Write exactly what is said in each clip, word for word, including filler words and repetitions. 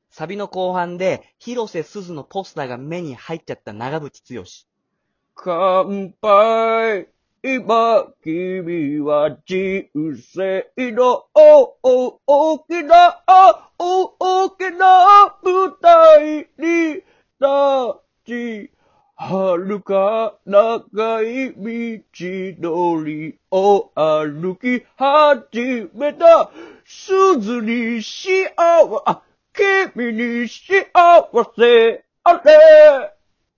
サビの後半で、広瀬すずのポスターが目に入っちゃった長渕剛。乾杯今、君は人生の大きな、大きな舞台に立ち、遥か長い道のりを歩き始めた。鈴に幸せ、あ、君に幸せあれ。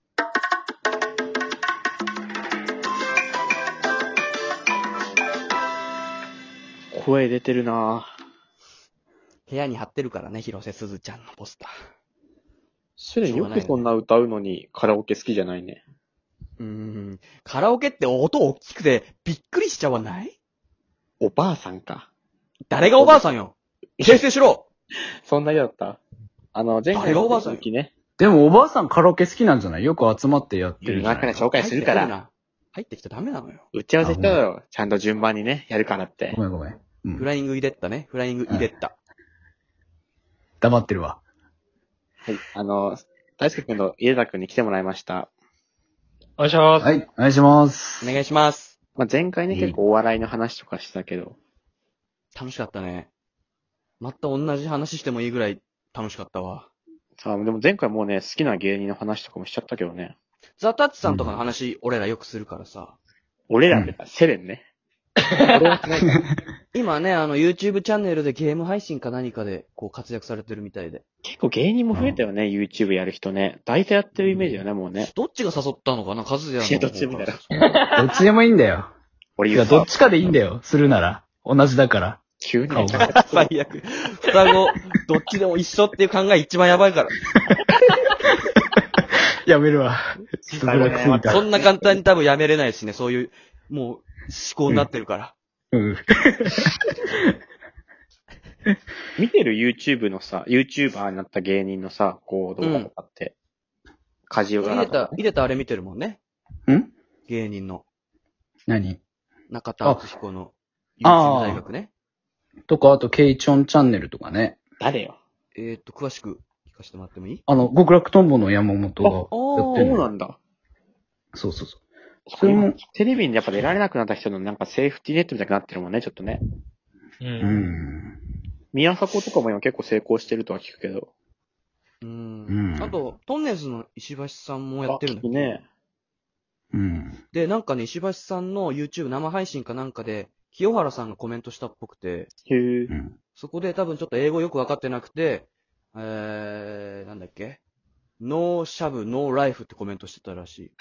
声出てるなぁ。 部屋に貼ってるからね、広瀬すずちゃんのポスター。 それよくそんな歌うのにカラオケ好きじゃないね。 うーん。カラオケって音大きくてびっくりしちゃわない？ おばあさんか。 誰がおばあさんよ。訂正しろ。 そんな嫌だった？あの、前回の続きね。 でもおばあさんカラオケ好きなんじゃない？よく集まってやってるじゃない。 今から紹介するから。 入ってきたらダメなのよ。 打ち合わせしたよ。ちゃんと順番にね、やるからって。 ごめんごめん。 うん、フライング入れったね。フライング入れった。 黙ってるわ。 はい。あの、大輔くんと家田くんに来てもらいました。 お願いします。 はい、お願いします。 お願いします。 まあ、前回ね、結構お笑いの話とかしたけど。 楽しかったね。また同じ話してもいいぐらい楽しかったわ。 さあ、でも前回もうね、好きな芸人の話とかもしちゃったけどね。 ザ・タッチさんとかの話、うん、俺らよくするからさ。 俺らってか、うん、セレンね。 今ね、あの、YouTube チャンネルでゲーム配信か何かで、こう、活躍されてるみたいで。 結構芸人も増えたよね、うん、YouTube やる人ね。大体やってるイメージだよね、もうね。 どっちが誘ったのかな、カズヤの。 いや、どっちでもいいんだよ。 どっちでもいいんだよ。 俺言うどっちかでいいんだよ、するなら。同じだから。 急に。 最悪。双子、どっちでも一緒っていう考え一番やばいから。 やめるわ。 そんな簡単に多分やめれないしね、そういう、もう、思考になってるから。 うん。うん、 見てる YouTube のさ、YouTuber になった芸人のさ、こう、動画とかって、うん、カジオラ入れた、入れたあれ見てるもんね。 ん芸人の。 何？ 中田敦彦の YouTube 大学ね。 とか、あと、ケイチョンチャンネルとかね。 誰よ？ えーっと、詳しく聞かせてもらってもいい？ あの、極楽とんぼの山本がやってる。 そうなんだ。 そうそうそう。 それも、テレビにやっぱ出られなくなった人のなんかセーフティーネットみたいになってるもんね、ちょっとね。 うん。うん。 宮迫とかも今結構成功してるとは聞くけど。 うん。あと、トンネルズの石橋さんもやってるんだけど。 ね。 うん。 で、なんかね、石橋さんの YouTube 生配信かなんかで、清原さんがコメントしたっぽくて。 へぇ、 うん。 そこで多分ちょっと英語よくわかってなくて、えー、なんだっけ？ノーシャブ、ノーライフってコメントしてたらしい。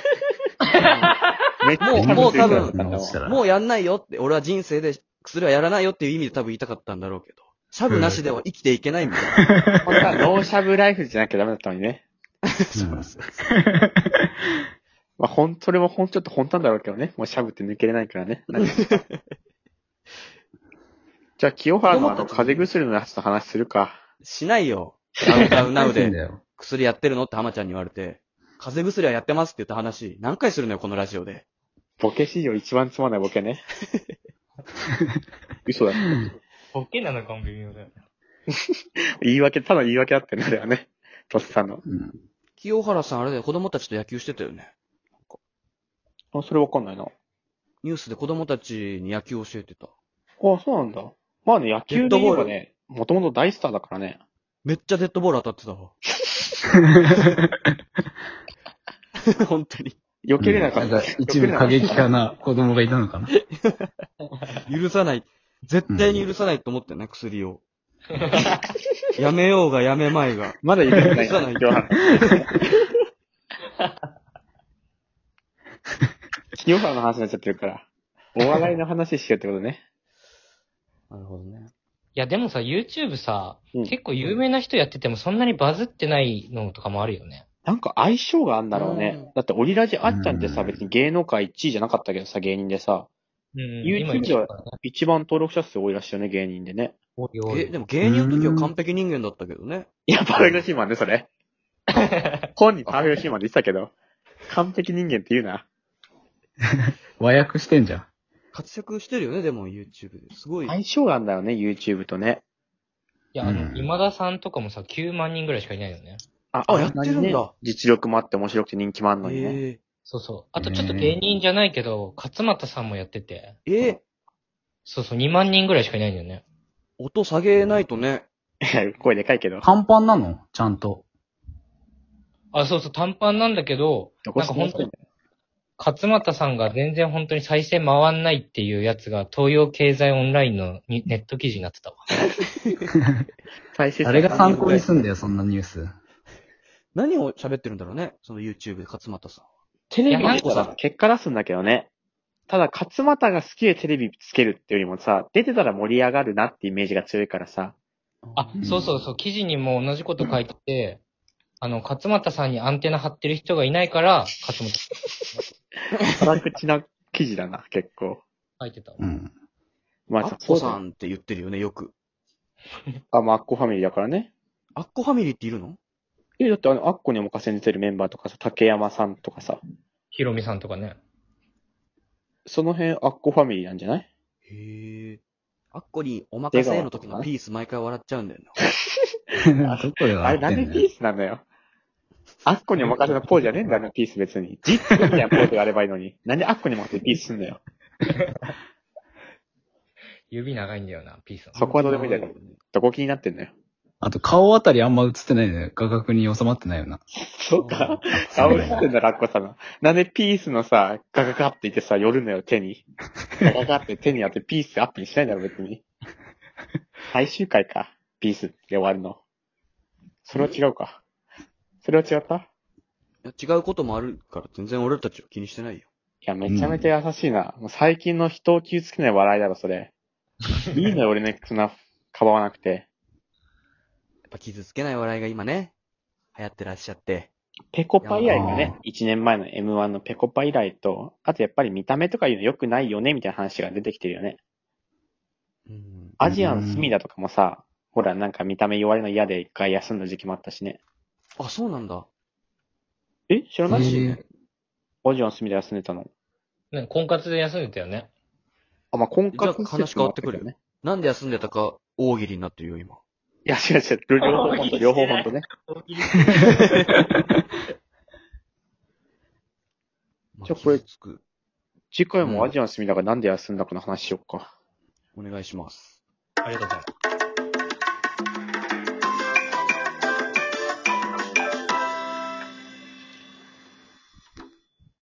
もう、もう多分、もうやんないよって、俺は人生で薬はやらないよっていう意味で多分言いたかったんだろうけど、シャブなしでは生きていけないみたいな。 本当はノーシャブライフじゃなきゃダメだったのにね。 そうそう。 まあ、ほん、それもほん、ちょっと本当なんだろうけどね。もうシャブって抜けれないからね。じゃあ、清原のあの、風邪薬のやつと話するか。 しないよ。ダウダウナウで薬やってるのって浜ちゃんに言われて、風邪薬はやってますって言った話、何回するのよ、このラジオで。 ボケ史上一番つまんないボケね。嘘だ。 ボケなのかも微妙だよ。 言い訳、ただ言い訳だってね、あれはね。とっさの。 うん、 清原さんあれだよ、子供たちと野球してたよね。 あ、それわかんないな。 ニュースで子供たちに野球教えてた。 あ、そうなんだ。まあね、野球で言えばね、もともと大スターだからね。 めっちゃデッドボール当たってたわ。本当に。 避けれなかった。 うん、なんか一部過激派な子供がいたのかな。 許さない。絶対に許さないと思ってね、薬を。やめようがやめまいが。 まだ許さない。 許さない。 清原の話になっちゃってるから。お笑いの話しようってことね。 なるほどね。 いや、でもさ、YouTube さ、 うん、 結構有名な人やっててもそんなにバズってないのとかもあるよね。 なんか相性があるんだろうね。だってオリラジあっちゃんってさ、別に芸能界いちいじゃなかったけどさ、芸人でさ。 うん、 YouTube では一番登録者数多いらしいよね、芸人でね。 え、でも芸人の時は完璧人間だったけどね。 いや、パーフェクトシーマンね、それ。本人パーフェクトシーマンで言ってたけど、完璧人間って言うな。 和訳してんじゃん。 活躍してるよね、でも YouTube で。すごい。 相性があるんだよね、YouTube とね。 や、あの、 うん今田さんとかもさ、きゅうまん人ぐらいしかいないよね。 ああやってるんだね実力もあって面白くて人気もあるのにね。 えそうそう。あとちょっと芸人じゃないけど、勝俣さんもやってて、 ー、えー、 そうそう、にまん人ぐらいしかいないんだよね。 音下げないとね。 声でかいけど。 短パンなのちゃんと。 あ、そうそう、短パンなんだけど、 どこなんか本当にそんな、 勝俣さんが全然本当に再生回んないっていうやつが、東洋経済オンラインのニネット記事になってたわ。 再生誰が参考にすんだよ、そんなニュース。 何を喋ってるんだろうね。その YouTube で勝俣さん。 テレビいやなんか見たら結果出すんだけどね。ただ、勝俣が好きでテレビつけるっていうよりもさ、出てたら盛り上がるなってイメージが強いからさ。 あ、そうそうそう、記事にも同じこと書いてて、あの、勝俣さんにアンテナ張ってる人がいないから、勝俣辛口な記事だな、結構。 書いてたわ。 うん。 まあ、 アッコさんって言ってるよね、よく。 あ、まあ、アッコファミリーだからね。 アッコファミリーっているの？ え、だってあの、アッコにお任せに出てるメンバーとかさ、竹山さんとかさ、 ひろみさんとかね。 その辺アッコファミリーなんじゃない？ へえ。アッコにお任せの時のピース毎回笑っちゃうんだよな。 どこであれ、 笑ってんのよ。 なんでピースなんだよ。アッコにお任せのポーズじゃねえんだよ、あのピース別に。ジップみたいなポーズがあればいいのに。なんでアッコに任せてピースすんだよ。 指長いんだよな、ピースの。 そこはどうでもいいんだよ。どこ気になってんだよ。 あと顔あたりあんま映ってないね。画角に収まってないよな。 そうか。顔映ってんだろ、アッコさんの。なんでピースのさ、ガガガって言ってさ、寄るのよ、手に。ガガガって手にやってピースアップにしないんだろ、別に。最終回か。ピースで終わるの。それは違うか。それは違った？ いや違うこともあるから全然俺たちは気にしてないよ。 いや、めちゃめちゃ優しいな。もう最近の人を傷つけない笑いだろ、それ。いいのよ、俺ね、そんな、かばわなくて。 やっぱ傷つけない笑いが今ね、流行ってらっしゃって。 ペコパ以来がいやね、いちねんまえの エムワン のペコパ以来と、あとやっぱり見た目とかいうの良くないよね、みたいな話が出てきてるよね。 うん。 アジアンスミダとかもさ、ほら、なんか見た目弱いの嫌で一回休んだ時期もあったしね。 あ、そうなんだ。 え知らないし、 へえアジアンスミダ休んでたの。 ね、婚活で休んでたよね。 あ、まあ、婚じゃあ活話変わってくるよね。なんで休んでたか大喜利になってるよ、今。 いや、違う違う、両方本当、両方本当ね。じゃあこれ傷つく。 次回もアジアンスミダがなんで休んだかの話しよっか。 お願いします。 ありがとうございます。